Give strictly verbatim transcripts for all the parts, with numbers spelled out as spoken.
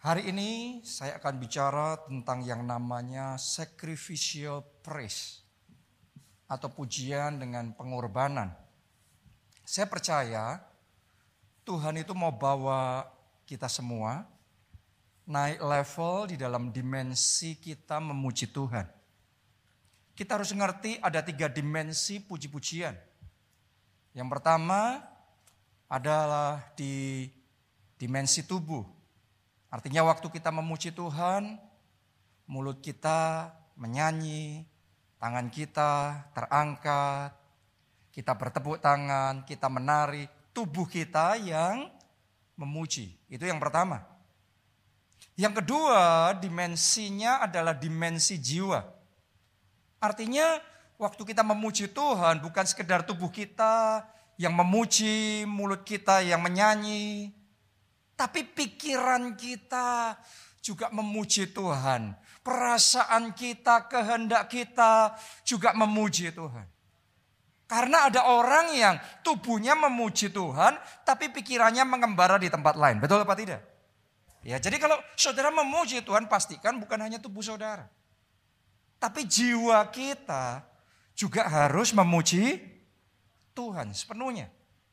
Hari ini saya akan bicara tentang yang namanya sacrificial praise atau pujian dengan pengorbanan. Saya percaya Tuhan itu mau bawa kita semua naik level di dalam dimensi kita memuji Tuhan. Kita harus mengerti ada tiga dimensi puji-pujian. Yang pertama adalah di dimensi tubuh. Artinya waktu kita memuji Tuhan, mulut kita menyanyi, tangan kita terangkat, kita bertepuk tangan, kita menari, tubuh kita yang memuji. Itu yang pertama. Yang kedua, dimensinya adalah dimensi jiwa. Artinya waktu kita memuji Tuhan bukan sekedar tubuh kita yang memuji, mulut kita yang menyanyi, tapi pikiran kita juga memuji Tuhan. Perasaan kita, kehendak kita juga memuji Tuhan. Karena ada orang yang tubuhnya memuji Tuhan, tapi pikirannya mengembara di tempat lain. Betul apa tidak? Ya, jadi kalau saudara memuji Tuhan, pastikan bukan hanya tubuh saudara. Tapi jiwa kita juga harus memuji Tuhan sepenuhnya.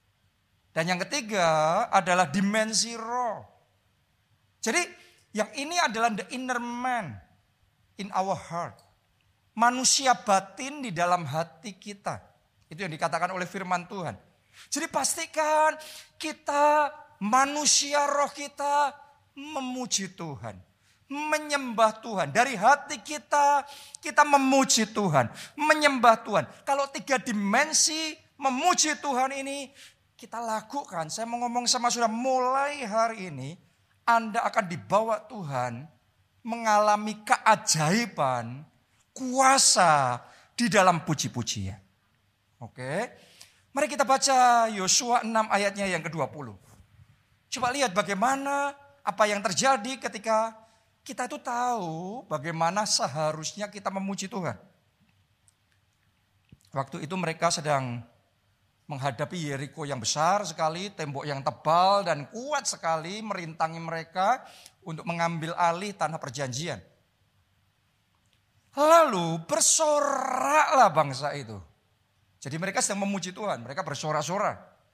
Dan yang ketiga adalah dimensi roh. Jadi yang ini adalah the inner man in our heart. Manusia batin di dalam hati kita. Itu yang dikatakan oleh firman Tuhan. Jadi pastikan kita manusia roh kita memuji Tuhan. Menyembah Tuhan. Dari hati kita, kita memuji Tuhan. Menyembah Tuhan. Kalau tiga dimensi memuji Tuhan ini kita lakukan, saya mau ngomong sama saudara, mulai hari ini Anda akan dibawa Tuhan mengalami keajaiban, kuasa di dalam puji-pujian. Oke, mari kita baca Yosua enam ayatnya yang kedua puluh. Coba lihat bagaimana apa yang terjadi ketika kita itu tahu bagaimana seharusnya kita memuji Tuhan. Waktu itu mereka sedang menghadapi Yeriko yang besar sekali, tembok yang tebal dan kuat sekali merintangi mereka untuk mengambil alih tanah perjanjian. Lalu bersoraklah bangsa itu. Jadi mereka sedang memuji Tuhan, mereka bersorak-sorak.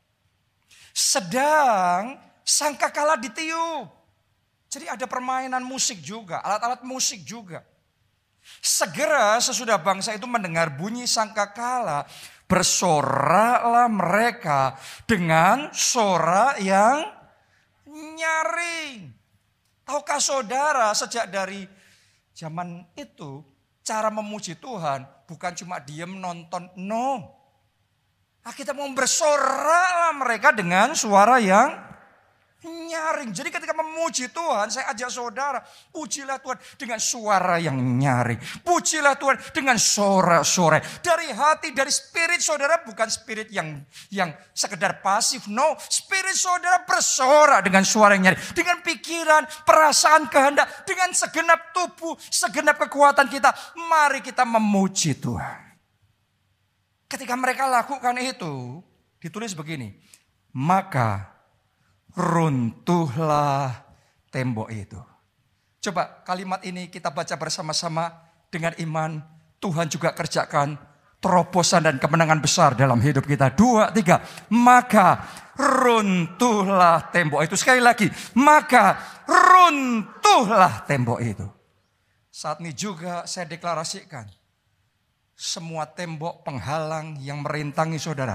Sedang sangkakala ditiup. Jadi ada permainan musik juga, alat-alat musik juga. Segera sesudah bangsa itu mendengar bunyi sangkakala, bersoraklah mereka dengan sorak yang nyaring. Tahukah saudara, sejak dari zaman itu cara memuji Tuhan bukan cuma diam nonton, no. Nah, kita mau bersoraklah mereka dengan suara yang nyaring. Jadi ketika memuji Tuhan, saya ajak saudara, pujilah Tuhan dengan suara yang nyaring. Pujilah Tuhan dengan sorak-sorai. Dari hati, dari spirit saudara, bukan spirit yang yang sekedar pasif. No, spirit saudara bersorak dengan suara yang nyaring. Dengan pikiran, perasaan, kehendak, dengan segenap tubuh, segenap kekuatan kita. Mari kita memuji Tuhan. Ketika mereka lakukan itu, ditulis begini. Maka runtuhlah tembok itu. Coba kalimat ini kita baca bersama-sama dengan iman. Tuhan juga kerjakan terobosan dan kemenangan besar dalam hidup kita. Dua, tiga. Maka runtuhlah tembok itu. Sekali lagi. Maka runtuhlah tembok itu. Saat ini juga saya deklarasikan. Semua tembok penghalang yang merintangi saudara.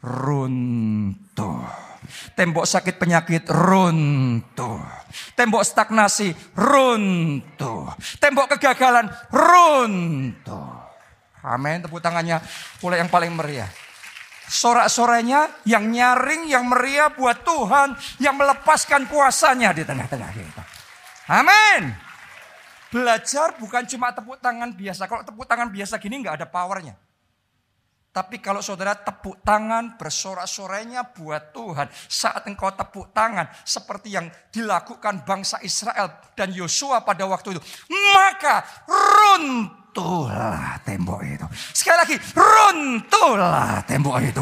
Runtuh. Tembok sakit penyakit runtuh. Tembok stagnasi runtuh. Tembok kegagalan runtuh. Amin. Tepuk tangannya oleh yang paling meriah. Sorak-sorainya yang nyaring, yang meriah buat Tuhan, yang melepaskan kuasanya di tengah-tengah kita. Amin. Belajar bukan cuma tepuk tangan biasa. Kalau tepuk tangan biasa gini nggak ada powernya. Tapi kalau saudara tepuk tangan bersorak-sorainya buat Tuhan. Saat engkau tepuk tangan seperti yang dilakukan bangsa Israel dan Yosua pada waktu itu. Maka runtuhlah tembok itu. Sekali lagi, runtuhlah tembok itu.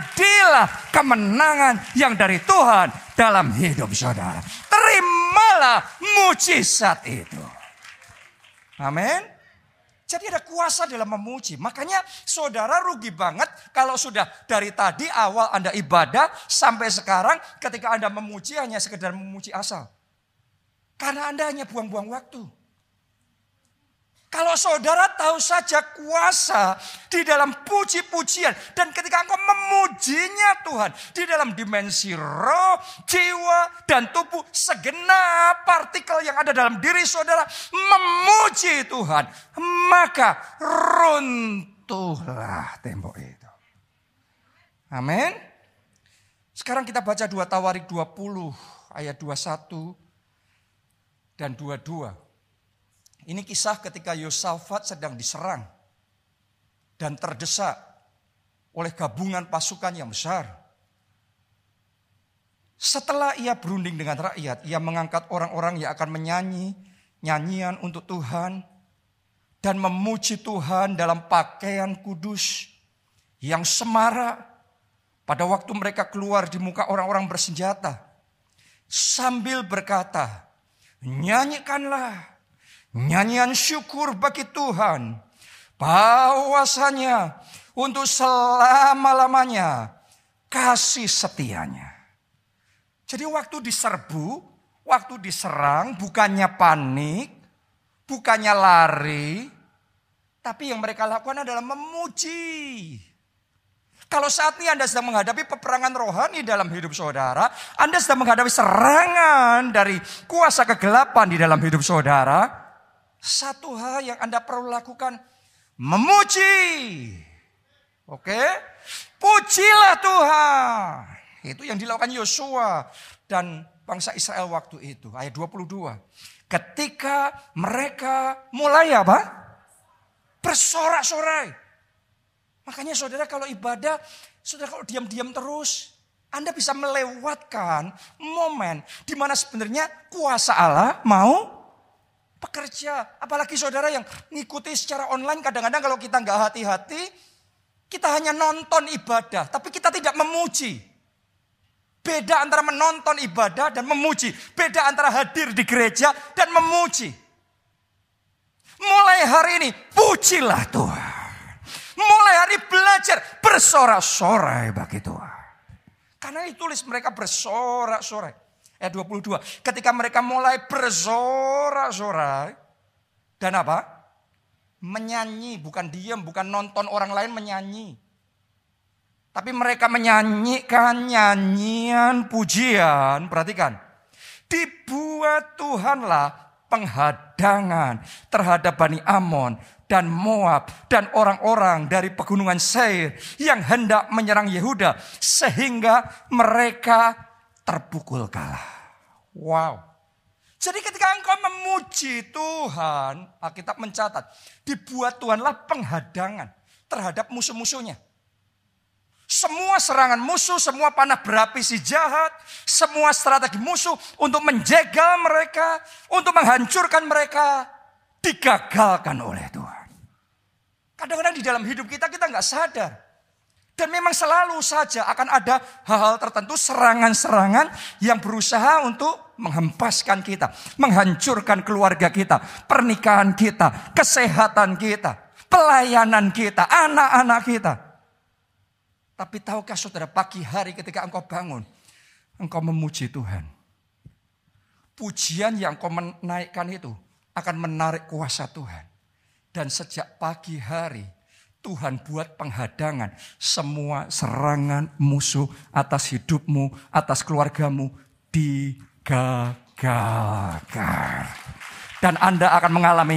Terjadilah kemenangan yang dari Tuhan dalam hidup saudara. Terimalah kuasa mujizat itu. Amin. Jadi ada kuasa dalam memuji. Makanya saudara rugi banget kalau sudah dari tadi awal Anda ibadah sampai sekarang ketika Anda memuji hanya sekedar memuji asal. Karena Anda hanya buang-buang waktu. Kalau saudara tahu saja kuasa di dalam puji-pujian. Dan ketika engkau memujinya Tuhan. Di dalam dimensi roh, jiwa, dan tubuh. Segenap partikel yang ada dalam diri saudara. Memuji Tuhan. Maka runtuhlah tembok itu. Amin. Sekarang kita baca dua Tawarik dua puluh. Ayat dua puluh satu dan dua puluh dua. Ini kisah ketika Yosafat sedang diserang dan terdesak oleh gabungan pasukan yang besar. Setelah ia berunding dengan rakyat, ia mengangkat orang-orang yang akan menyanyi nyanyian untuk Tuhan dan memuji Tuhan dalam pakaian kudus yang semarak pada waktu mereka keluar di muka orang-orang bersenjata. Sambil berkata, nyanyikanlah nyanyian syukur bagi Tuhan, bahwasanya untuk selama-lamanya kasih setianya. Jadi waktu diserbu, waktu diserang bukannya panik, bukannya lari, tapi yang mereka lakukan adalah memuji. Kalau saat ini Anda sedang menghadapi peperangan rohani dalam hidup saudara, Anda sedang menghadapi serangan dari kuasa kegelapan di dalam hidup saudara, satu hal yang Anda perlu lakukan, memuji. Oke? Pujilah Tuhan. Itu yang dilakukan Yosua dan bangsa Israel waktu itu. Ayat dua puluh dua. Ketika mereka mulai apa? Bersorak-sorai. Makanya saudara kalau ibadah, saudara kalau diam-diam terus, Anda bisa melewatkan momen di mana sebenarnya kuasa Allah mau bekerja. Apalagi saudara yang ngikuti secara online, kadang-kadang kalau kita nggak hati-hati, kita hanya nonton ibadah, tapi kita tidak memuji. Beda antara menonton ibadah dan memuji. Beda antara hadir di gereja dan memuji. Mulai hari ini, pujilah Tuhan. Mulai hari belajar bersorak-sorai bagi Tuhan. Karena ditulis mereka bersorak-sorai. Ayat dua puluh dua. Ketika mereka mulai bersorak-sorai. Dan apa? Menyanyi. Bukan diam, bukan nonton orang lain menyanyi. Tapi mereka menyanyikan nyanyian pujian. Perhatikan. Dibuat Tuhanlah penghadangan terhadap Bani Amon dan Moab dan orang-orang dari pegunungan Seir yang hendak menyerang Yehuda sehingga mereka terpukul kalah. Wow. Jadi ketika engkau memuji Tuhan, Alkitab mencatat, dibuat Tuhanlah penghadangan terhadap musuh-musuhnya. Semua serangan musuh, semua panah berapi si jahat, semua strategi musuh untuk menjegal mereka, untuk menghancurkan mereka, digagalkan oleh Tuhan. Kadang-kadang di dalam hidup kita, kita nggak sadar. Dan memang selalu saja akan ada hal-hal tertentu, serangan-serangan yang berusaha untuk menghempaskan kita, menghancurkan keluarga kita, pernikahan kita, kesehatan kita, pelayanan kita, anak-anak kita. Tapi tahukah saudara, pagi hari ketika engkau bangun, engkau memuji Tuhan. Pujian yang engkau menaikkan itu akan menarik kuasa Tuhan. Dan sejak pagi hari, Tuhan buat penghadangan semua serangan musuh atas hidupmu, atas keluargamu digagalkan. Dan Anda akan mengalami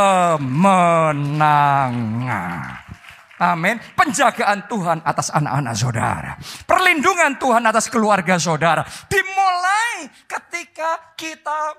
kemenangan. Amin. Penjagaan Tuhan atas anak-anak saudara. Perlindungan Tuhan atas keluarga saudara. Dimulai ketika kita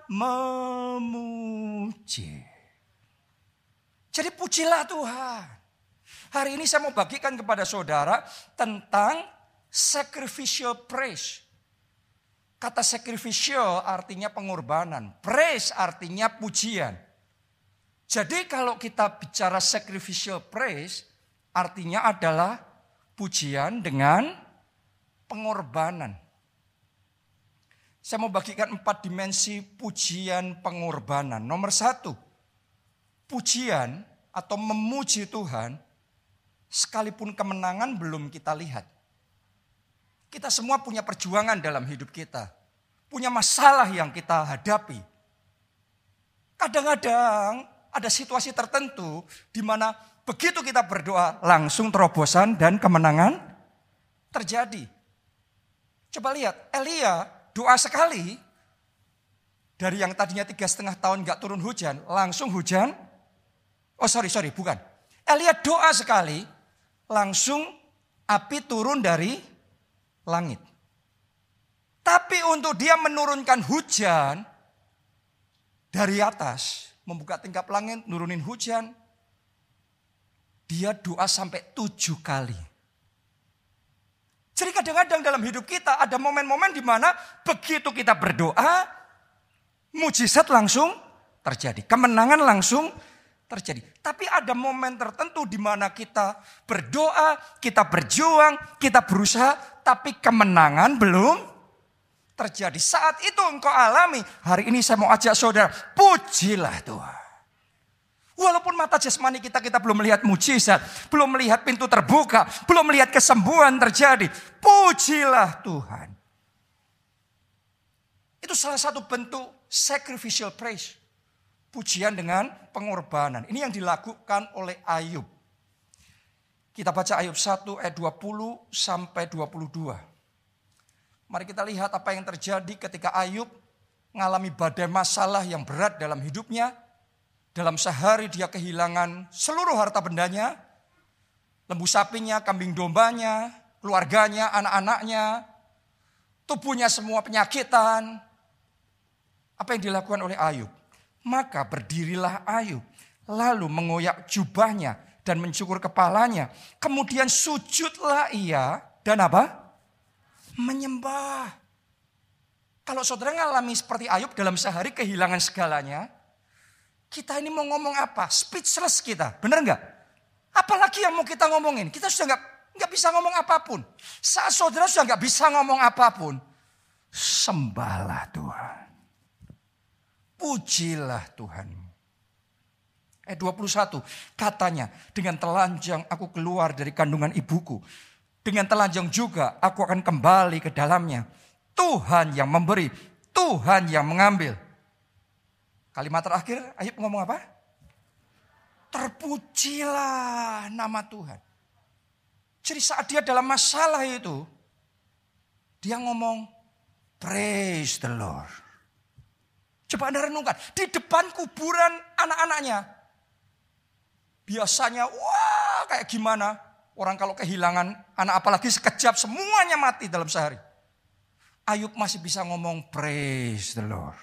memuji. Jadi pujilah Tuhan. Hari ini saya mau bagikan kepada saudara tentang sacrificial praise. Kata sacrificial artinya pengorbanan. Praise artinya pujian. Jadi kalau kita bicara sacrificial praise, artinya adalah pujian dengan pengorbanan. Saya mau bagikan empat dimensi pujian pengorbanan. Nomor satu, pujian atau memuji Tuhan sekalipun kemenangan belum kita lihat. Kita semua punya perjuangan dalam hidup kita. Punya masalah yang kita hadapi. Kadang-kadang ada situasi tertentu di mana begitu kita berdoa langsung terobosan dan kemenangan terjadi. Coba lihat, Elia doa sekali. Dari yang tadinya tiga setengah tahun gak turun hujan, langsung hujan. Oh sorry, sorry, bukan. Elia doa sekali, langsung api turun dari langit. Tapi untuk dia menurunkan hujan dari atas, membuka tingkap langit, nurunin hujan, dia doa sampai tujuh kali. Jadi kadang-kadang dalam hidup kita ada momen-momen di mana begitu kita berdoa, mujizat langsung terjadi, kemenangan langsung terjadi. Tapi ada momen tertentu di mana kita berdoa, kita berjuang, kita berusaha, tapi kemenangan belum terjadi. Saat itu engkau alami, hari ini saya mau ajak saudara, pujilah Tuhan. Walaupun mata jasmani kita, kita belum melihat mujizat, belum melihat pintu terbuka, belum melihat kesembuhan terjadi. Pujilah Tuhan. Itu salah satu bentuk sacrificial praise. Pujian dengan pengorbanan. Ini yang dilakukan oleh Ayub. Kita baca Ayub satu ayat dua puluh sampai dua puluh dua. Mari kita lihat apa yang terjadi ketika Ayub mengalami badai masalah yang berat dalam hidupnya. Dalam sehari dia kehilangan seluruh harta bendanya. Lembu sapinya, kambing dombanya, keluarganya, anak-anaknya. Tubuhnya semua penyakitan. Apa yang dilakukan oleh Ayub? Maka berdirilah Ayub. Lalu mengoyak jubahnya dan mencukur kepalanya. Kemudian sujudlah ia dan apa? Menyembah. Kalau saudara ngalami seperti Ayub dalam sehari kehilangan segalanya, kita ini mau ngomong apa? Speechless kita, benar nggak? Apalagi yang mau kita ngomongin? Kita sudah nggak nggak bisa ngomong apapun. Saat saudara sudah nggak bisa ngomong apapun, sembahlah Tuhan, pujilah Tuhan. Ayat dua puluh satu katanya, dengan telanjang aku keluar dari kandungan ibuku. Dengan telanjang juga aku akan kembali ke dalamnya. Tuhan yang memberi, Tuhan yang mengambil. Kalimat terakhir, Ayub ngomong apa? Terpujilah nama Tuhan. Jadi saat dia dalam masalah itu, dia ngomong, praise the Lord. Coba Anda renungkan, di depan kuburan anak-anaknya. Biasanya, wah kayak gimana? Orang kalau kehilangan anak apalagi sekejap semuanya mati dalam sehari. Ayub masih bisa ngomong praise the Lord.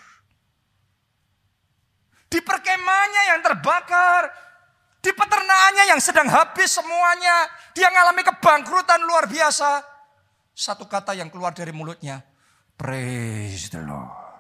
Di perkemahannya yang terbakar. Di peternakannya yang sedang habis semuanya. Dia mengalami kebangkrutan luar biasa. Satu kata yang keluar dari mulutnya. Praise the Lord.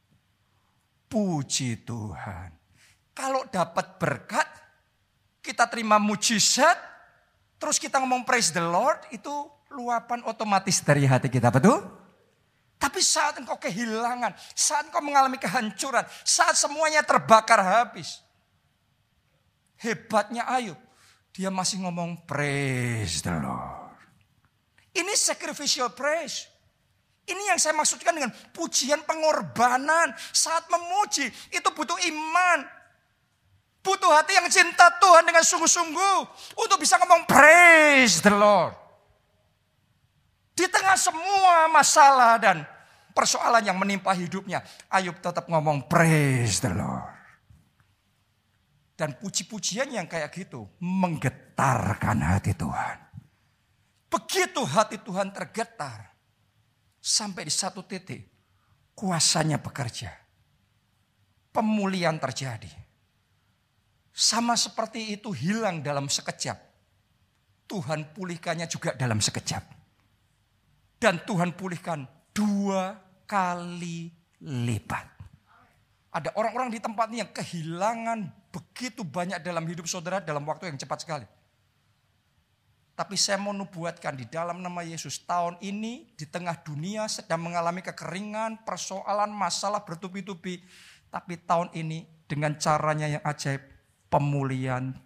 Puji Tuhan. Kalau dapat berkat, kita terima mujizat. Terus kita ngomong praise the Lord, itu luapan otomatis dari hati kita, betul? Tapi saat engkau kehilangan, saat engkau mengalami kehancuran, saat semuanya terbakar habis. Hebatnya Ayub, dia masih ngomong praise the Lord. Ini sacrificial praise. Ini yang saya maksudkan dengan pujian pengorbanan. Saat memuji, itu butuh iman. Butuh hati yang cinta Tuhan dengan sungguh-sungguh. Untuk bisa ngomong praise the Lord. Di tengah semua masalah dan persoalan yang menimpa hidupnya. Ayub tetap ngomong praise the Lord. Dan puji-pujian yang kayak gitu menggetarkan hati Tuhan. Begitu hati Tuhan tergetar. Sampai di satu titik kuasanya bekerja. Pemulihan terjadi. Sama seperti itu hilang dalam sekejap. Tuhan pulihkannya juga dalam sekejap. Dan Tuhan pulihkan dua kali lipat. Ada orang-orang di tempat ini yang kehilangan begitu banyak dalam hidup saudara dalam waktu yang cepat sekali. Tapi saya mau nubuatkan di dalam nama Yesus, tahun ini di tengah dunia sedang mengalami kekeringan, persoalan, masalah bertubi-tubi. Tapi tahun ini dengan caranya yang ajaib, pemulihan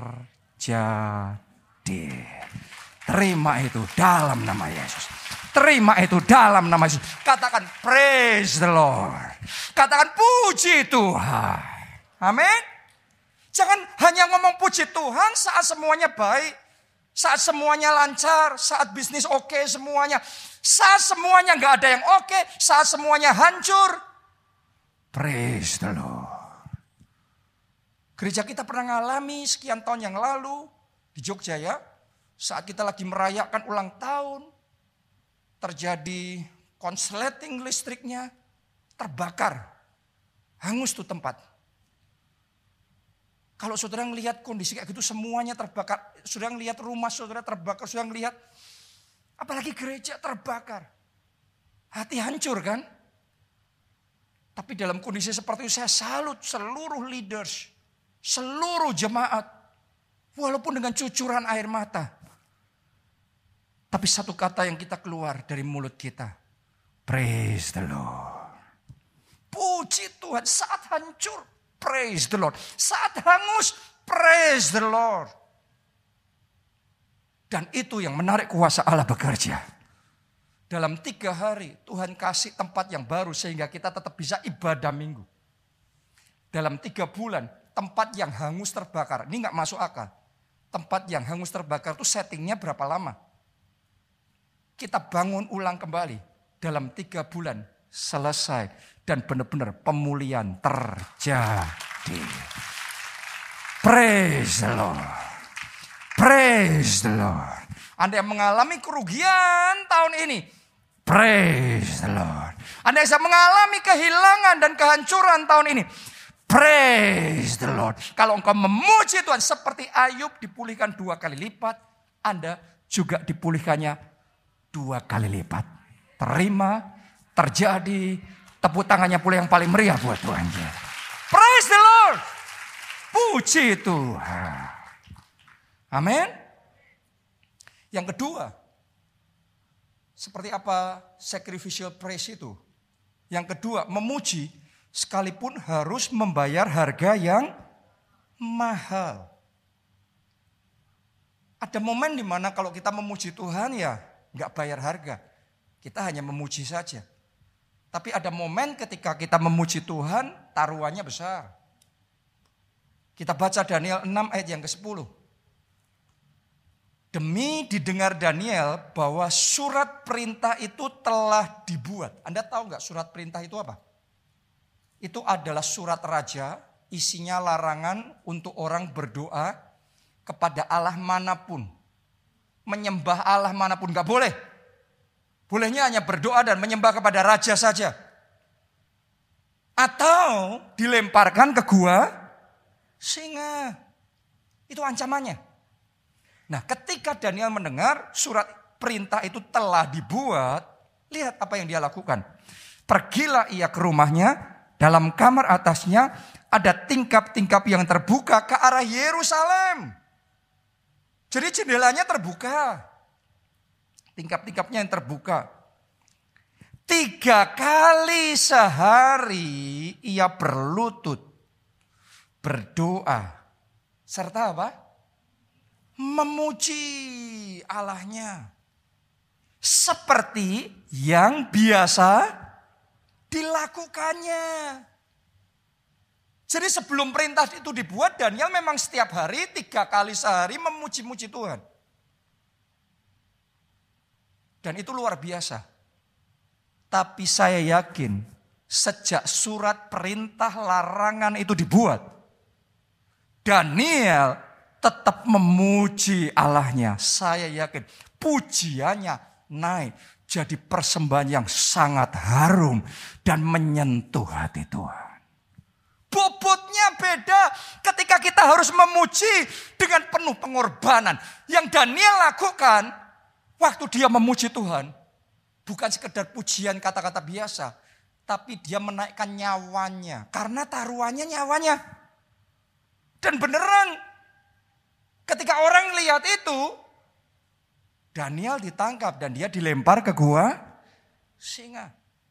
terjadi. Terima itu dalam nama Yesus. Terima itu dalam nama Yesus. Katakan praise the Lord. Katakan puji Tuhan. Amin. Jangan hanya ngomong puji Tuhan saat semuanya baik. Saat semuanya lancar. Saat bisnis oke semuanya. Saat semuanya gak ada yang oke. Saat semuanya hancur. Praise the Lord. Gereja kita pernah ngalami sekian tahun yang lalu. Di Jogja ya. Saat kita lagi merayakan ulang tahun. Terjadi konsleting listriknya, terbakar. Hangus tuh tempat. Kalau saudara ngelihat kondisi kayak gitu semuanya terbakar. Saudara ngelihat rumah saudara terbakar. Saudara ngelihat apalagi gereja terbakar. Hati hancur kan? Tapi dalam kondisi seperti itu saya salut seluruh leaders. Seluruh jemaat. Walaupun dengan cucuran air mata. Tapi satu kata yang kita keluar dari mulut kita. Praise the Lord. Puji Tuhan saat hancur. Praise the Lord. Saat hangus. Praise the Lord. Dan itu yang menarik kuasa Allah bekerja. Dalam tiga hari Tuhan kasih tempat yang baru sehingga kita tetap bisa ibadah minggu. Dalam tiga bulan tempat yang hangus terbakar. Ini gak masuk akal. Tempat yang hangus terbakar itu settingnya berapa lama? Kita bangun ulang kembali dalam tiga bulan selesai dan benar-benar pemulihan terjadi. Praise the Lord. Praise the Lord. Anda yang mengalami kerugian tahun ini, praise the Lord. Anda yang mengalami kehilangan dan kehancuran tahun ini, praise the Lord. Kalau engkau memuji Tuhan seperti Ayub dipulihkan dua kali lipat, Anda juga dipulihkannya dua kali lipat. Terima, terjadi. Tepuk tangannya pula yang paling meriah buat Tuhan. Praise the Lord. Puji Tuhan. Amin. Yang kedua. Seperti apa sacrificial praise itu? Yang kedua, memuji sekalipun harus membayar harga yang mahal. Ada momen di mana kalau kita memuji Tuhan ya nggak bayar harga. Kita hanya memuji saja. Tapi ada momen ketika kita memuji Tuhan, taruhannya besar. Kita baca Daniel enam ayat yang kesepuluh. Demi didengar Daniel bahwa surat perintah itu telah dibuat. Anda tahu nggak surat perintah itu apa? Itu adalah surat raja, isinya larangan untuk orang berdoa kepada Allah manapun. Menyembah Allah manapun gak boleh. Bolehnya hanya berdoa dan menyembah kepada raja saja. Atau dilemparkan ke gua singa. Itu ancamannya. Nah ketika Daniel mendengar surat perintah itu telah dibuat. Lihat apa yang dia lakukan. Pergilah ia ke rumahnya. Dalam kamar atasnya ada tingkap-tingkap yang terbuka ke arah Yerusalem. Jadi jendelanya terbuka. Tingkap-tingkapnya yang terbuka. Tiga kali sehari ia berlutut. Berdoa. Serta apa? Memuji Allahnya. Seperti yang biasa dilakukannya. Jadi sebelum perintah itu dibuat, Daniel memang setiap hari, tiga kali sehari memuji-muji Tuhan. Dan itu luar biasa. Tapi saya yakin, sejak surat perintah larangan itu dibuat, Daniel tetap memuji Allahnya. Saya yakin pujiannya naik jadi persembahan yang sangat harum dan menyentuh hati Tuhan. Bobotnya beda ketika kita harus memuji dengan penuh pengorbanan. Yang Daniel lakukan waktu dia memuji Tuhan. Bukan sekedar pujian kata-kata biasa. Tapi dia menaikkan nyawanya. Karena taruhannya nyawanya. Dan beneran ketika orang lihat itu. Daniel ditangkap dan dia dilempar ke gua singa.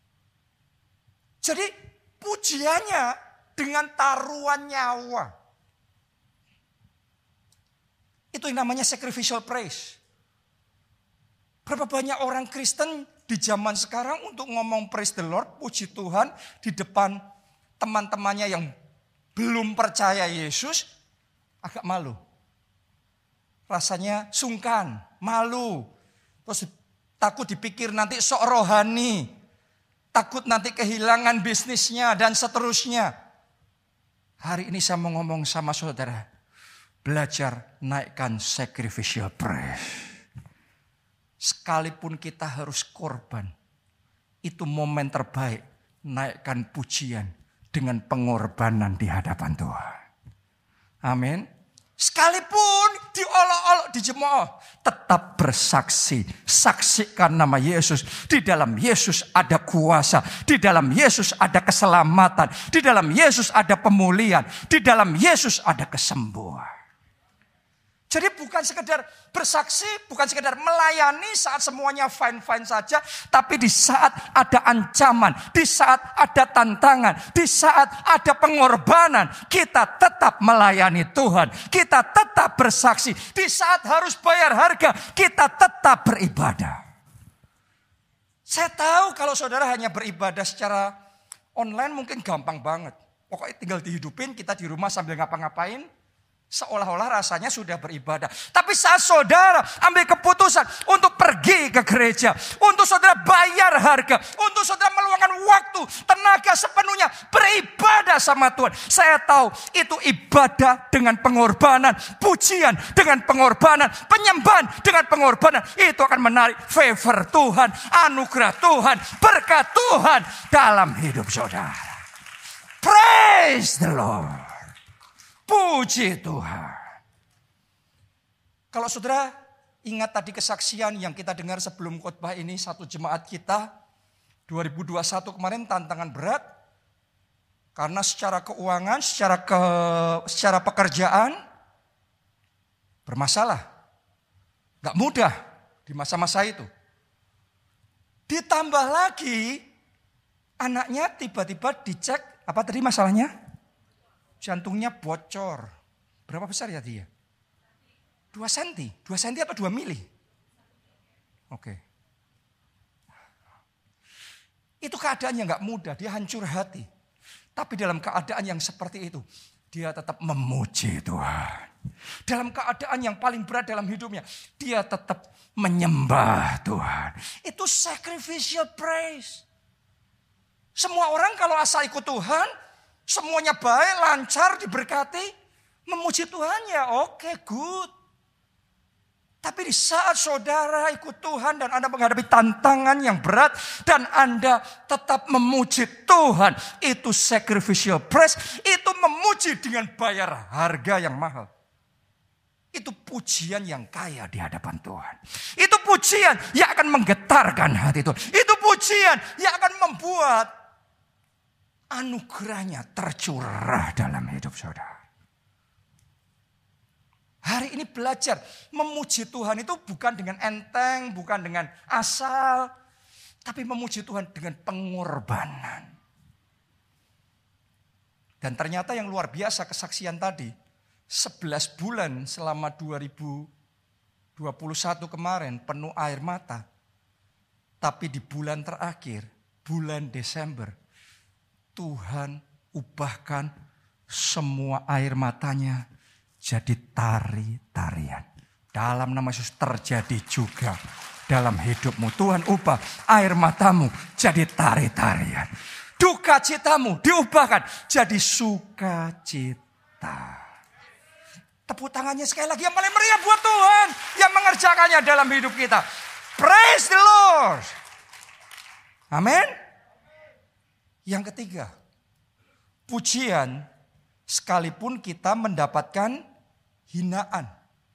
Jadi pujiannya dengan taruhan nyawa. Itu yang namanya sacrificial praise. Berapa banyak orang Kristen di zaman sekarang untuk ngomong praise the Lord, puji Tuhan di depan teman-temannya yang belum percaya Yesus, agak malu. Rasanya sungkan, malu. Terus takut dipikir nanti sok rohani. Takut nanti kehilangan bisnisnya dan seterusnya. Hari ini saya mau ngomong sama saudara. Belajar naikkan sacrificial praise. Sekalipun kita harus korban. Itu momen terbaik. Naikkan pujian dengan pengorbanan di hadapan Tuhan. Amin. Sekalipun diolok-olok dijemooh, tetap bersaksi. Saksikan nama Yesus. Di dalam Yesus ada kuasa. Di dalam Yesus ada keselamatan. Di dalam Yesus ada pemulihan. Di dalam Yesus ada kesembuhan. Jadi bukan sekedar bersaksi, bukan sekedar melayani saat semuanya fine-fine saja. Tapi di saat ada ancaman, di saat ada tantangan, di saat ada pengorbanan. Kita tetap melayani Tuhan, kita tetap bersaksi. Di saat harus bayar harga, kita tetap beribadah. Saya tahu kalau saudara hanya beribadah secara online mungkin gampang banget. Pokoknya tinggal dihidupin, kita di rumah sambil ngapa-ngapain. Seolah-olah rasanya sudah beribadah. Tapi saat saudara ambil keputusan untuk pergi ke gereja. Untuk saudara bayar harga. Untuk saudara meluangkan waktu, tenaga sepenuhnya. Beribadah sama Tuhan. Saya tahu itu ibadah dengan pengorbanan. Pujian dengan pengorbanan. Penyembahan dengan pengorbanan. Itu akan menarik favor Tuhan. Anugerah Tuhan. Berkat Tuhan dalam hidup saudara. Praise the Lord. Puji Tuhan. Kalau saudara ingat tadi kesaksian yang kita dengar sebelum khotbah ini, satu jemaat kita dua ribu dua puluh satu kemarin tantangan berat. Karena secara keuangan, secara ke, secara pekerjaan bermasalah. Gak mudah di masa-masa itu. Ditambah lagi anaknya tiba-tiba dicek, apa tadi masalahnya? Jantungnya bocor. Berapa besar ya dia? Dua senti. Dua senti atau dua mili? Oke. Itu keadaan yang gak mudah. Dia hancur hati. Tapi dalam keadaan yang seperti itu, dia tetap memuji Tuhan. Dalam keadaan yang paling berat dalam hidupnya, dia tetap menyembah Tuhan. Itu sacrificial praise. Semua orang kalau asal ikut Tuhan, semuanya baik, lancar, diberkati. Memuji Tuhan ya oke, good. Tapi di saat saudara ikut Tuhan dan Anda menghadapi tantangan yang berat. Dan Anda tetap memuji Tuhan. Itu sacrificial praise. Itu memuji dengan bayar harga yang mahal. Itu pujian yang kaya di hadapan Tuhan. Itu pujian yang akan menggetarkan hati Tuhan. Itu pujian yang akan membuat anugerahnya tercurah dalam hidup saudara. Hari ini belajar memuji Tuhan itu bukan dengan enteng, bukan dengan asal. Tapi memuji Tuhan dengan pengorbanan. Dan ternyata yang luar biasa kesaksian tadi. sebelas bulan selama dua ribu dua puluh satu kemarin penuh air mata. Tapi di bulan terakhir, bulan Desember. Tuhan ubahkan semua air matanya jadi tari-tarian. Dalam nama Yesus terjadi juga dalam hidupmu. Tuhan ubah air matamu jadi tari-tarian. Duka citamu diubahkan jadi sukacita. Tepuk tangannya sekali lagi yang paling meriah buat Tuhan yang mengerjakannya dalam hidup kita. Praise the Lord. Amin. Yang ketiga, pujian sekalipun kita mendapatkan hinaan.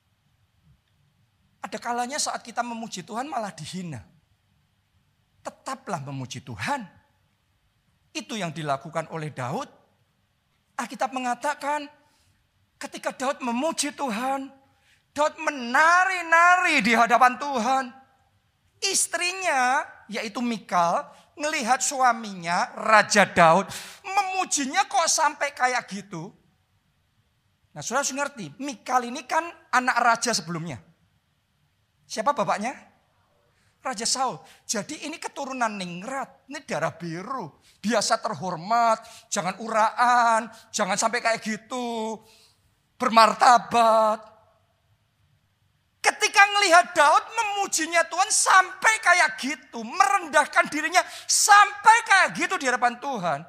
Ada kalanya saat kita memuji Tuhan malah dihina. Tetaplah memuji Tuhan. Itu yang dilakukan oleh Daud. Alkitab mengatakan ketika Daud memuji Tuhan, Daud menari-nari di hadapan Tuhan. Istrinya, yaitu Mikal, ngelihat suaminya, Raja Daud, memujinya kok sampai kayak gitu. Nah, saudara harus ngerti, Mikal ini kan anak raja sebelumnya. Siapa bapaknya? Raja Saul. Jadi ini keturunan ningrat, ini darah biru. Biasa terhormat, jangan uraan, jangan sampai kayak gitu. Bermartabat. Ketika ngelihat Daud memujinya Tuhan sampai kayak gitu. Merendahkan dirinya sampai kayak gitu di hadapan Tuhan.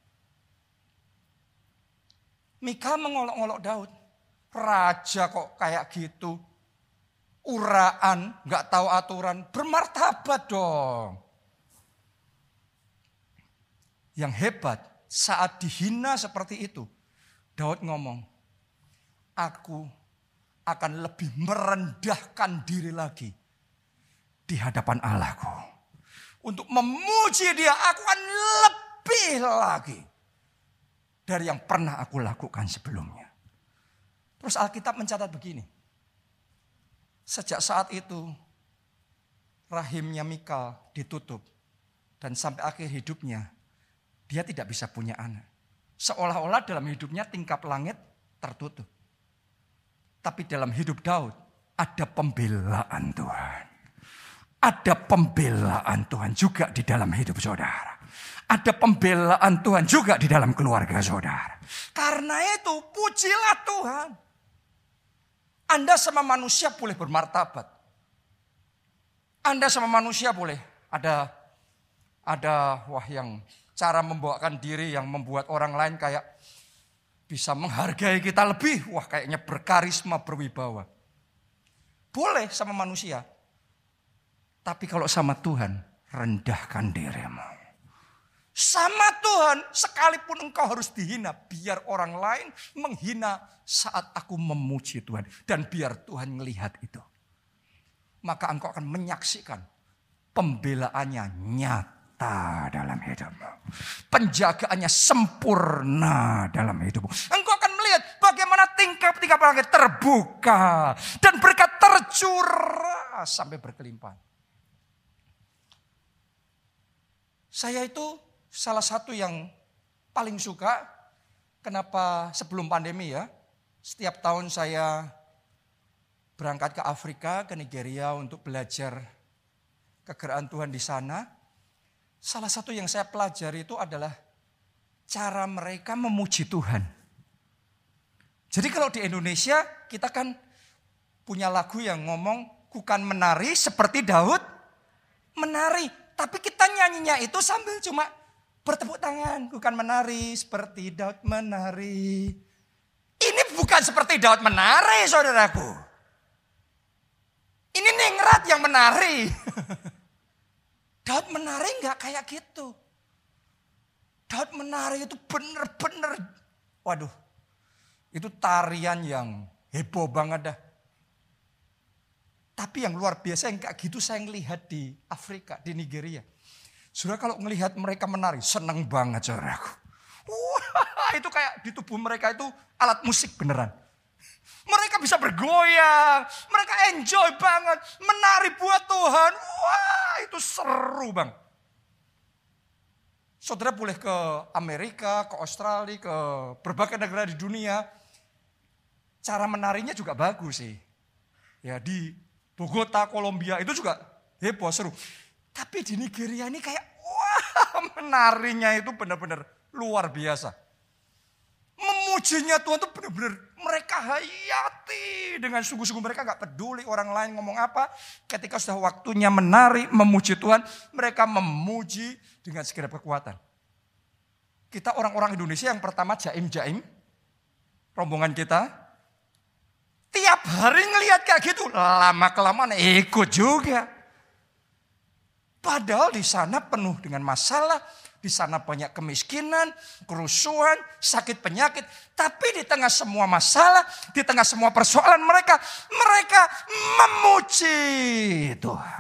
Mikal mengolok-olok Daud. Raja kok kayak gitu. Uraan, gak tahu aturan. Bermartabat dong. Yang hebat saat dihina seperti itu. Daud ngomong, aku akan lebih merendahkan diri lagi di hadapan Allahku. Untuk memuji dia, aku akan lebih lagi dari yang pernah aku lakukan sebelumnya. Terus Alkitab mencatat begini. Sejak saat itu, rahimnya Mikal ditutup. Dan sampai akhir hidupnya, dia tidak bisa punya anak. Seolah-olah dalam hidupnya tingkap langit tertutup. Tapi dalam hidup Daud ada pembelaan Tuhan. Ada pembelaan Tuhan juga di dalam hidup saudara. Ada pembelaan Tuhan juga di dalam keluarga saudara. Karena itu pujilah Tuhan. Anda sama manusia boleh bermartabat. Anda sama manusia boleh ada ada wah yang cara membawakan diri yang membuat orang lain kayak bisa menghargai kita lebih. Wah kayaknya berkarisma, berwibawa. Boleh sama manusia. Tapi kalau sama Tuhan, rendahkan dirimu. Sama Tuhan, sekalipun engkau harus dihina. Biar orang lain menghina saat aku memuji Tuhan. Dan biar Tuhan melihat itu. Maka engkau akan menyaksikan pembelaannya nyata dalam hidupmu. Penjagaannya sempurna dalam hidupmu. Engkau akan melihat bagaimana tingkap-tingkap langit terbuka. Dan berkat tercurah sampai berkelimpahan. Saya itu salah satu yang paling suka. Kenapa sebelum pandemi ya. Setiap tahun saya berangkat ke Afrika, ke Nigeria untuk belajar kegeraan Tuhan di sana. Salah satu yang saya pelajari itu adalah cara mereka memuji Tuhan. Jadi kalau di Indonesia kita kan punya lagu yang ngomong kukan menari seperti Daud menari. Tapi kita nyanyinya itu sambil cuma bertepuk tangan. Kukan menari seperti Daud menari. Ini bukan seperti Daud menari saudaraku. Ini ningrat yang menari. Daud menari enggak kayak gitu. Daud menari itu benar-benar, waduh, itu tarian yang heboh banget dah. Tapi yang luar biasa yang kayak gitu saya ngelihat di Afrika, di Nigeria. Saudara kalau ngelihat mereka menari, seneng banget saudaraku. Wah itu kayak di tubuh mereka itu alat musik beneran. Mereka bisa bergoyang, mereka enjoy banget, menari buat Tuhan. Wah itu seru bang. Saudara boleh ke Amerika, ke Australia, ke berbagai negara di dunia. Cara menarinya juga bagus sih. Ya di Bogota, Kolombia itu juga heboh, seru. Tapi di Nigeria ini kayak wah menarinya itu benar-benar luar biasa. Memujinya Tuhan itu benar-benar mereka hayati dengan sungguh-sungguh. Mereka gak peduli orang lain ngomong apa. Ketika sudah waktunya menari, memuji Tuhan, mereka memuji dengan segenap kekuatan. Kita orang-orang Indonesia yang pertama jaim-jaim, rombongan kita, tiap hari ngelihat kayak gitu, lama-kelamaan ikut juga. Padahal di sana penuh dengan masalah. Di sana banyak kemiskinan, kerusuhan, sakit penyakit. Tapi di tengah semua masalah, di tengah semua persoalan mereka, mereka memuji Tuhan.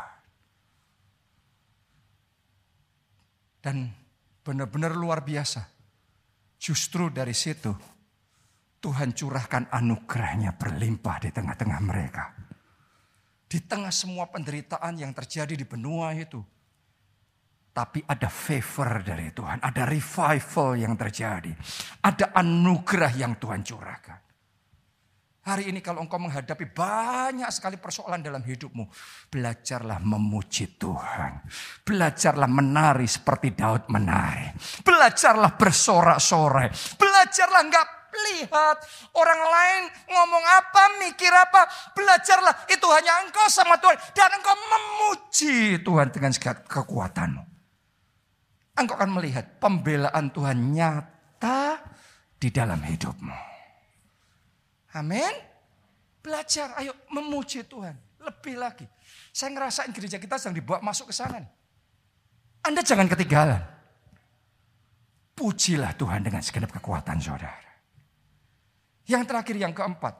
Dan benar-benar luar biasa. Justru dari situ Tuhan curahkan anugerahnya berlimpah di tengah-tengah mereka. Di tengah semua penderitaan yang terjadi di benua itu. Tapi ada favor dari Tuhan. Ada revival yang terjadi. Ada anugerah yang Tuhan curahkan. Hari ini kalau engkau menghadapi banyak sekali persoalan dalam hidupmu. Belajarlah memuji Tuhan. Belajarlah menari seperti Daud menari. Belajarlah bersorak-sorai. Belajarlah enggak lihat orang lain ngomong apa, mikir apa. Belajarlah itu hanya engkau sama Tuhan. Dan engkau memuji Tuhan dengan segala kekuatanmu. Engkau akan melihat pembelaan Tuhan nyata di dalam hidupmu. Amin. Belajar, ayo memuji Tuhan. Lebih lagi. Saya ngerasain gereja kita sedang dibawa masuk ke sana. Anda jangan ketinggalan. Pujilah Tuhan dengan segenap kekuatan saudara. Yang terakhir, yang keempat.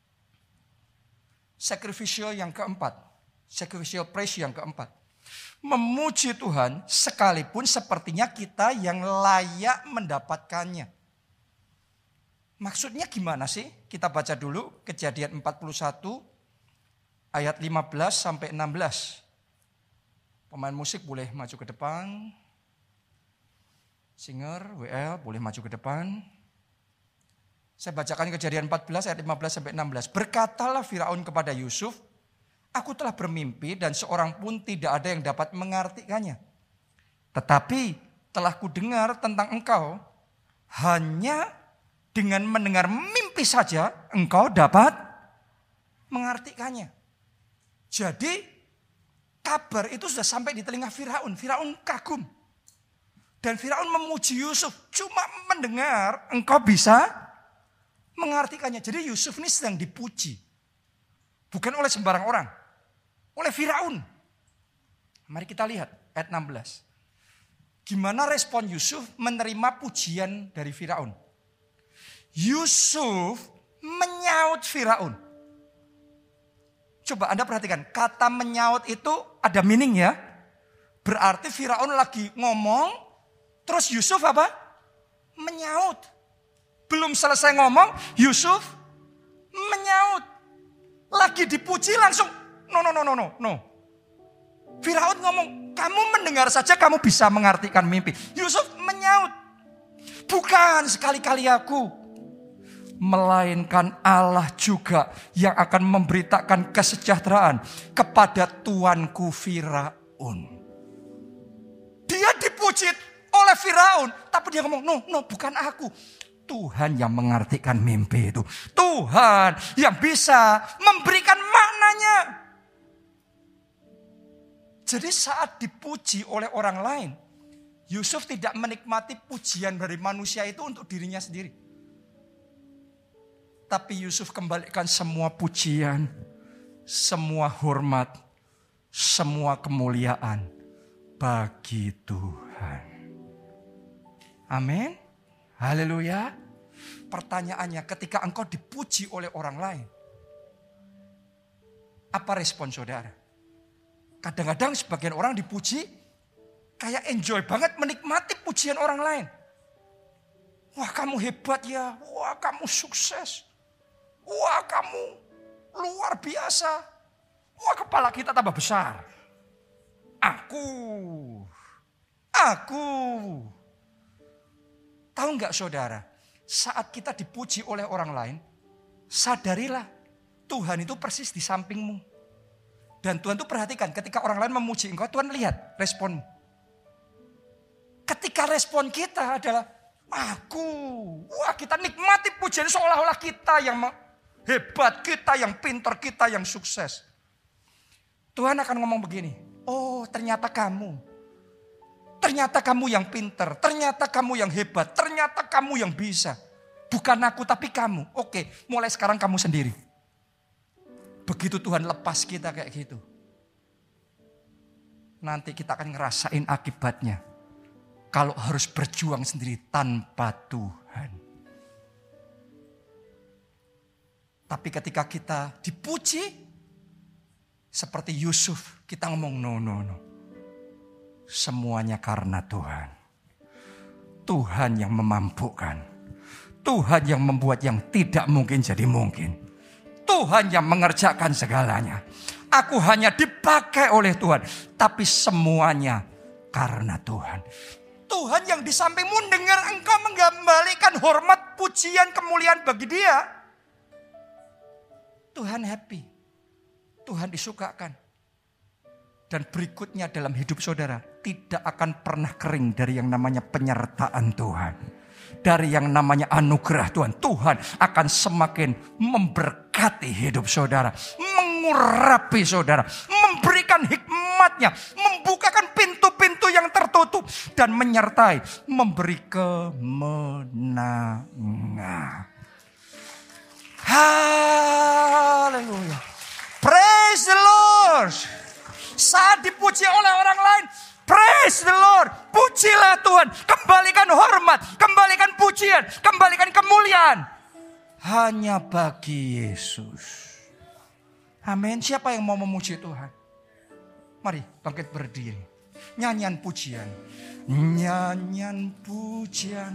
Sacrificial yang keempat. Sacrificial praise yang keempat. Memuji Tuhan sekalipun sepertinya kita yang layak mendapatkannya. Maksudnya gimana sih? Kita baca dulu Kejadian empat puluh satu ayat lima belas sampai enam belas. Pemain musik boleh maju ke depan. Singer, W L boleh maju ke depan. Saya bacakan Kejadian empat belas ayat lima belas sampai enam belas. Berkatalah Firaun kepada Yusuf, aku telah bermimpi dan seorang pun tidak ada yang dapat mengartikannya. Tetapi telah kudengar tentang engkau, hanya dengan mendengar mimpi saja engkau dapat mengartikannya. Jadi kabar itu sudah sampai di telinga Firaun. Firaun kagum. Dan Firaun memuji Yusuf. Cuma mendengar engkau bisa mengartikannya. Jadi Yusuf ini sedang dipuji. Bukan oleh sembarang orang. Oleh Firaun. Mari kita lihat ayat enam belas. Gimana respon Yusuf menerima pujian dari Firaun? Yusuf menyaut Firaun. Coba Anda perhatikan, kata menyaut itu ada meaning ya. Berarti Firaun lagi ngomong, terus Yusuf apa? Menyaut. Belum selesai ngomong, Yusuf menyaut. Lagi dipuji langsung, no no no no no no. Firaun ngomong, kamu mendengar saja kamu bisa mengartikan mimpi. Yusuf menyaut. Bukan sekali-kali aku. Melainkan Allah juga yang akan memberitakan kesejahteraan kepada tuanku Firaun. Dia dipuji oleh Firaun, tapi dia ngomong, no, no, bukan aku. Tuhan yang mengartikan mimpi itu. Tuhan yang bisa memberikan maknanya. Jadi saat dipuji oleh orang lain, Yusuf tidak menikmati pujian dari manusia itu untuk dirinya sendiri. Tapi Yusuf kembalikan semua pujian, semua hormat, semua kemuliaan bagi Tuhan. Amin. Haleluya. Pertanyaannya, ketika engkau dipuji oleh orang lain, apa respon saudara? Kadang-kadang sebagian orang dipuji, kayak enjoy banget menikmati pujian orang lain. Wah, kamu hebat ya. Wah, kamu sukses. Wah, kamu luar biasa. Wah, kepala kita tambah besar. Aku. Aku. Tahu nggak saudara? Saat kita dipuji oleh orang lain, sadarilah Tuhan itu persis di sampingmu. Dan Tuhan tuh perhatikan ketika orang lain memuji engkau, Tuhan lihat responmu. Ketika respon kita adalah aku. Wah, kita nikmati pujian seolah-olah kita yang hebat, kita yang pintar, kita yang sukses. Tuhan akan ngomong begini, oh ternyata kamu. Ternyata kamu yang pintar, ternyata kamu yang hebat, ternyata kamu yang bisa. Bukan aku tapi kamu. Oke, mulai sekarang kamu sendiri. Begitu Tuhan lepas kita kayak gitu. Nanti kita akan ngerasain akibatnya. Kalau harus berjuang sendiri tanpa Tuhan. Tapi ketika kita dipuji, seperti Yusuf, kita ngomong no, no, no. Semuanya karena Tuhan. Tuhan yang memampukan. Tuhan yang membuat yang tidak mungkin jadi mungkin. Tuhan yang mengerjakan segalanya. Aku hanya dipakai oleh Tuhan. Tapi semuanya karena Tuhan. Tuhan yang di sampingmu dengar engkau mengembalikan hormat, pujian, kemuliaan bagi Dia. Tuhan happy. Tuhan disukakan. Dan berikutnya dalam hidup saudara. Tidak akan pernah kering dari yang namanya penyertaan Tuhan. Dari yang namanya anugerah Tuhan. Tuhan akan semakin memberkati hidup saudara. Mengurapi saudara. Memberikan hikmatnya. Membukakan pintu-pintu yang tertutup. Dan menyertai. Memberi kemenangan. Haleluya. Praise the Lord. Saat dipuji oleh orang lain. Praise the Lord. Pujilah Tuhan. Kembalikan hormat. Kembalikan pujian. Kembalikan kemuliaan. Hanya bagi Yesus. Amin. Siapa yang mau memuji Tuhan? Mari bangkit berdiri. Nyanyian pujian. Nyanyian pujian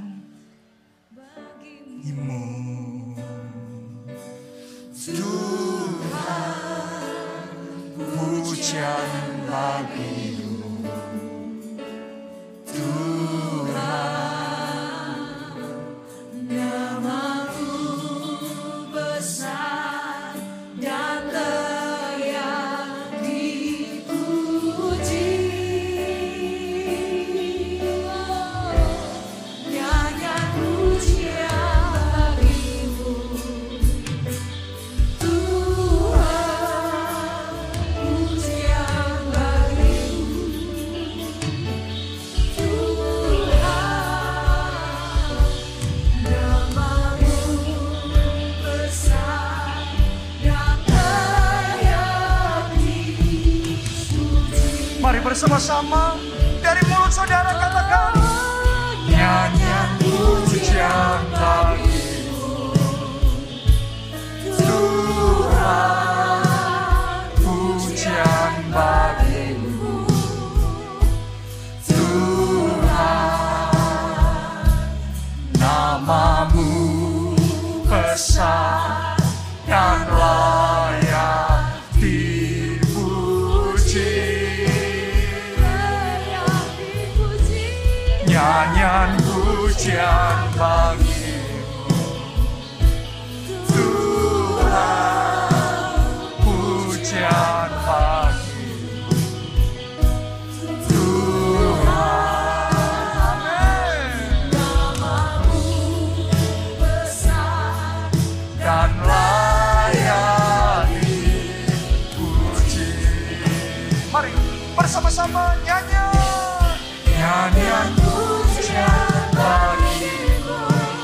bagimu Tuhan. Pujian bagimu Tuhan, nama-Mu besar dan layak dipuji. Nyanyian pujian bagimu Tuhan, pujian bagimu bersama-sama dari mulut saudara katakan nyanyian pujian bagimu Tuhan, pujian bagimu Tuhan, nama-Mu besar dan layak nyanyian pujian bagimu Tuhan, pujian bagimu Tuhan, amin. Nama-Mu besar dan layak dipuji. Mari bersama-sama nyanyian nyanyian pujian bagimu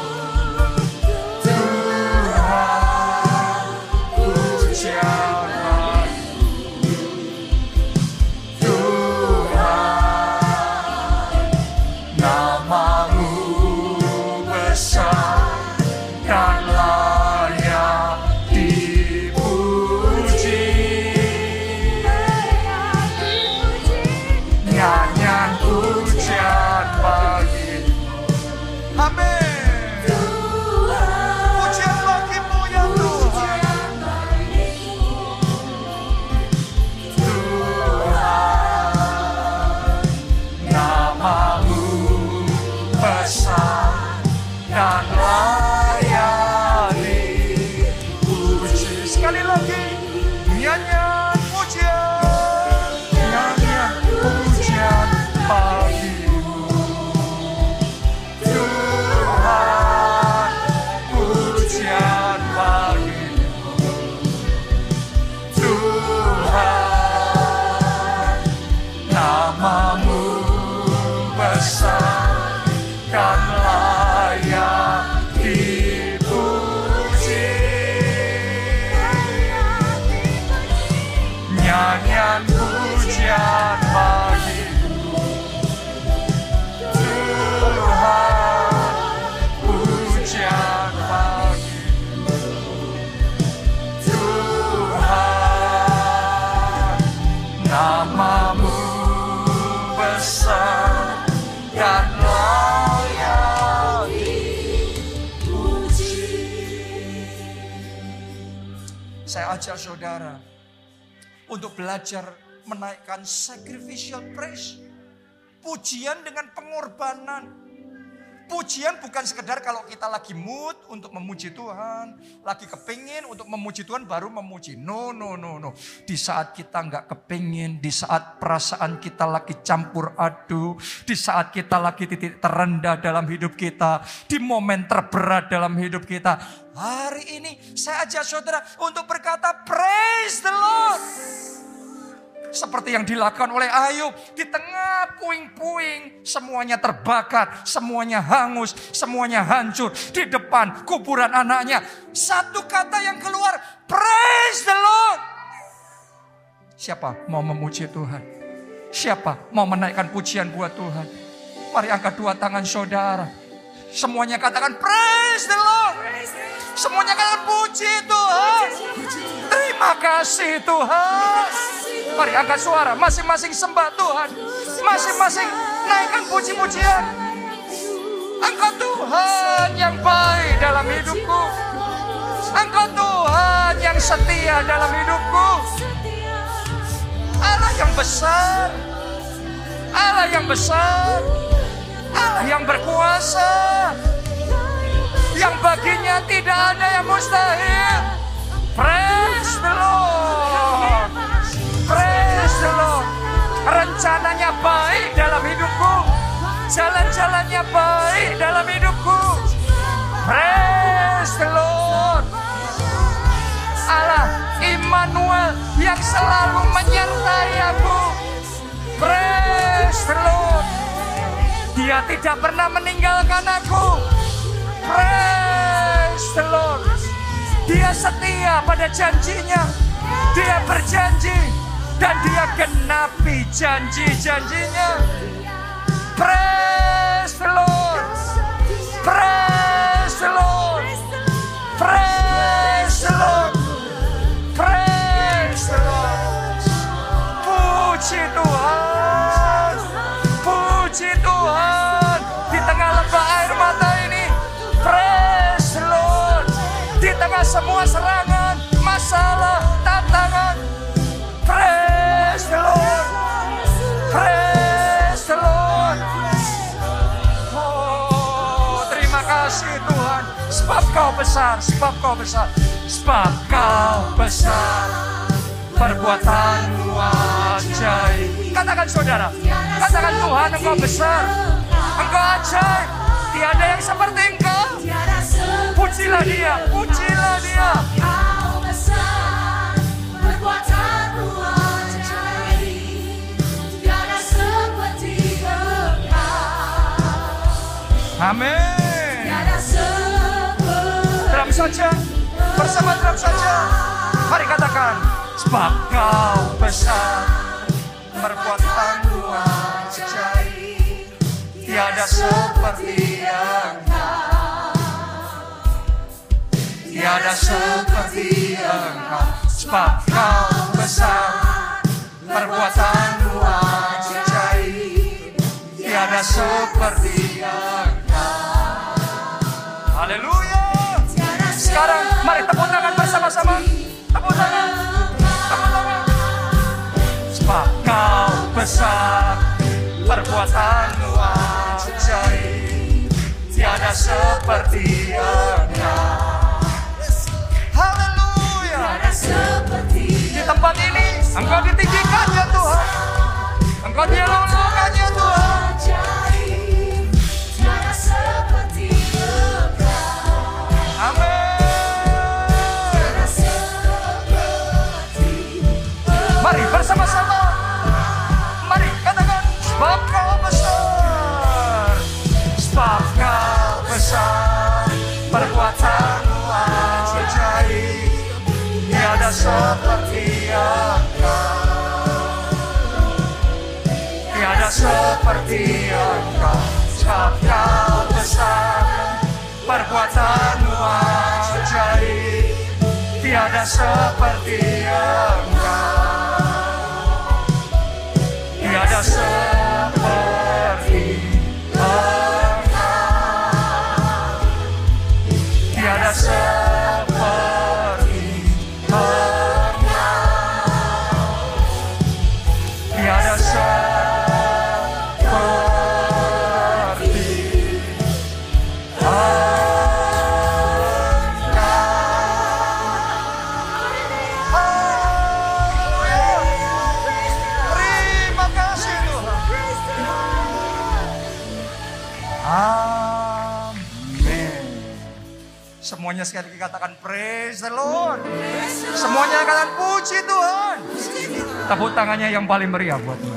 Tuhan, pujian bagimu Tuhan, nama-Mu besar dan layak dipuji. Saya ajak saudara untuk belajar menaikkan sacrificial praise. Pujian dengan pengorbanan. Pujian bukan sekedar kalau kita lagi mood untuk memuji Tuhan. Lagi kepingin untuk memuji Tuhan baru memuji. No, no, no, no. Di saat kita nggak kepingin, di saat perasaan kita lagi campur aduk, di saat kita lagi titik terendah dalam hidup kita, di momen terberat dalam hidup kita. Hari ini saya ajak saudara untuk berkata praise the Lord. Seperti yang dilakukan oleh Ayub. Di tengah puing-puing. Semuanya terbakar. Semuanya hangus. Semuanya hancur. Di depan kuburan anaknya. Satu kata yang keluar. Praise the Lord. Siapa mau memuji Tuhan? Siapa mau menaikkan pujian buat Tuhan? Mari angkat dua tangan saudara. Semuanya katakan praise the Lord. Semuanya katakan puji Tuhan. Terima kasih Tuhan. Mari angkat suara, masing-masing sembah Tuhan. Masing-masing naikkan puji-pujian. Engkau Tuhan yang baik dalam hidupku. Engkau Tuhan yang setia dalam hidupku. Allah yang besar. Allah yang besar. Allah yang berkuasa. Yang baginya tidak ada yang mustahil. Praise the Lord. Praise the Lord. Rencananya baik dalam hidupku. Jalan-jalannya baik dalam hidupku. Praise the Lord. Allah Immanuel yang selalu menyertai aku. Praise the Lord. Dia tidak pernah meninggalkan aku. Praise the Lord. Dia setia pada janjinya. Dia berjanji dan dia genapi janji-janjinya. Praise the Lord. Praise the Lord. Praise the Lord. Praise the Lord. Puji Tuhan. Puji Tuhan. Di tengah lembah air mata ini. Praise the Lord. Di tengah semua serangan, masalah, tantangan. Praise the Lord. Praise the Lord. Oh, terima kasih Tuhan. Sebab kau besar, sebab kau besar. Sebab kau besar. Perbuatanmu ajaib. Katakan saudara. Katakan Tuhan engkau besar. Engkau ajaib. Tiada yang seperti engkau. Pujilah dia. Pujilah dia. Amin. Drum saja. Bersama drum saja. Mari katakan. Sebab kau besar. Perbuatanmu ajaib. Tiada seperti engkau. Tiada seperti engkau. Sebab kau besar. Perbuatanmu ajaib. Tiada seperti engkau. Haleluya. Sekarang mari tepuk tangan bersama-sama. Tepuk tangan. Tepuk tangan. Sebab kau besar. Perbuatanmu ajaib. Tiada seperti engkau. Haleluya. Di tempat ini engkau ditinggikan ya Tuhan. Engkau dilulukan ya Tuhan. Amin. Mari bersama-sama. Mari katakan sebab kau besar. Sebab kau besar. Perbuatanmu ajaib. Tiada seperti engkau. Tiada seperti engkau. Sebab kau besar. Perbuatanmu ajaib. Tiada seperti engkau. Tiada seperti engkau. Tiada seperti engkau. Semuanya sekali lagi katakan praise the Lord. Semuanya katakan puji Tuhan. Tepuk tangannya yang paling meriah buat Tuhan.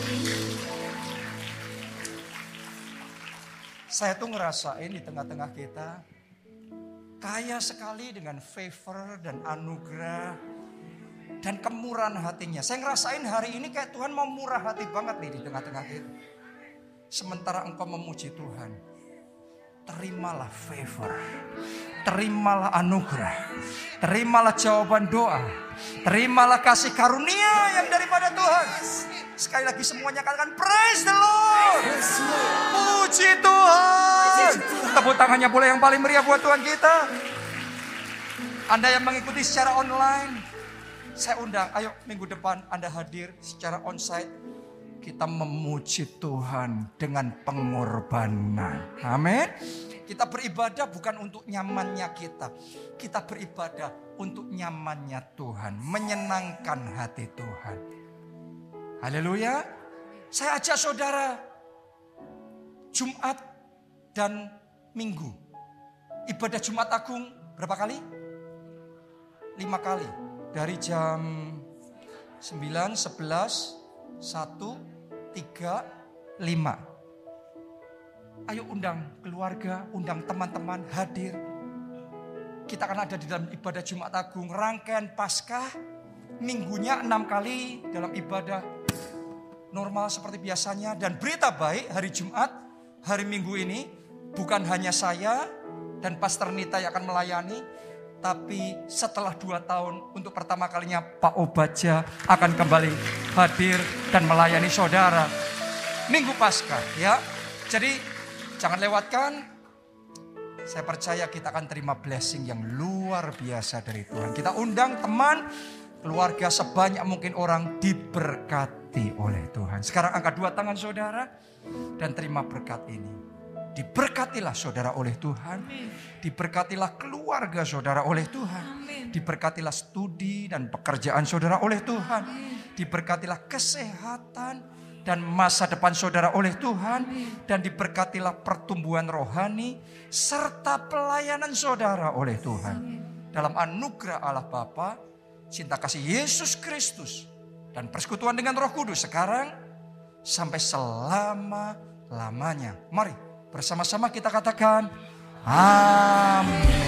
Saya tuh ngerasain di tengah-tengah kita kaya sekali dengan favor dan anugerah dan kemurahan hatinya. Saya ngerasain hari ini kayak Tuhan mau murah hati banget nih di tengah-tengah kita. Sementara engkau memuji Tuhan, terimalah favor, terimalah anugerah, terimalah jawaban doa, terimalah kasih karunia yang daripada Tuhan. Sekali lagi semuanya katakan praise the Lord. Puji Tuhan. Tepuk tangannya boleh yang paling meriah buat Tuhan kita. Anda yang mengikuti secara online, saya undang, ayo minggu depan Anda hadir secara onsite. Kita memuji Tuhan dengan pengorbanan. Amin. Kita beribadah bukan untuk nyamannya kita. Kita beribadah untuk nyamannya Tuhan. Menyenangkan hati Tuhan. Haleluya. Saya ajak saudara Jumat dan Minggu. Ibadah Jumat Agung berapa kali? Lima kali. Dari jam sembilan, sebelas, satu, tiga, lima. Ayo undang keluarga, undang teman-teman hadir. Kita akan ada di dalam ibadah Jumat Agung. Rangkaian Paskah, minggunya enam kali dalam ibadah normal seperti biasanya. Dan berita baik hari Jumat, hari Minggu ini bukan hanya saya dan Pastor Nita yang akan melayani. Tapi setelah dua tahun untuk pertama kalinya Pak Obaja akan kembali hadir dan melayani saudara. Minggu Paskah ya. Jadi jangan lewatkan. Saya percaya kita akan terima blessing yang luar biasa dari Tuhan. Kita undang teman, keluarga sebanyak mungkin orang diberkati oleh Tuhan. Sekarang angkat dua tangan saudara dan terima berkat ini. Diberkatilah saudara oleh Tuhan. Diberkatilah keluarga saudara oleh Tuhan. Diberkatilah studi dan pekerjaan saudara oleh Tuhan. Diberkatilah kesehatan dan masa depan saudara oleh Tuhan. Dan diberkatilah pertumbuhan rohani serta pelayanan saudara oleh Tuhan. Dalam anugerah Allah Bapa, cinta kasih Yesus Kristus, dan persekutuan dengan Roh Kudus sekarang sampai selama-lamanya. Mari bersama-sama kita katakan amin.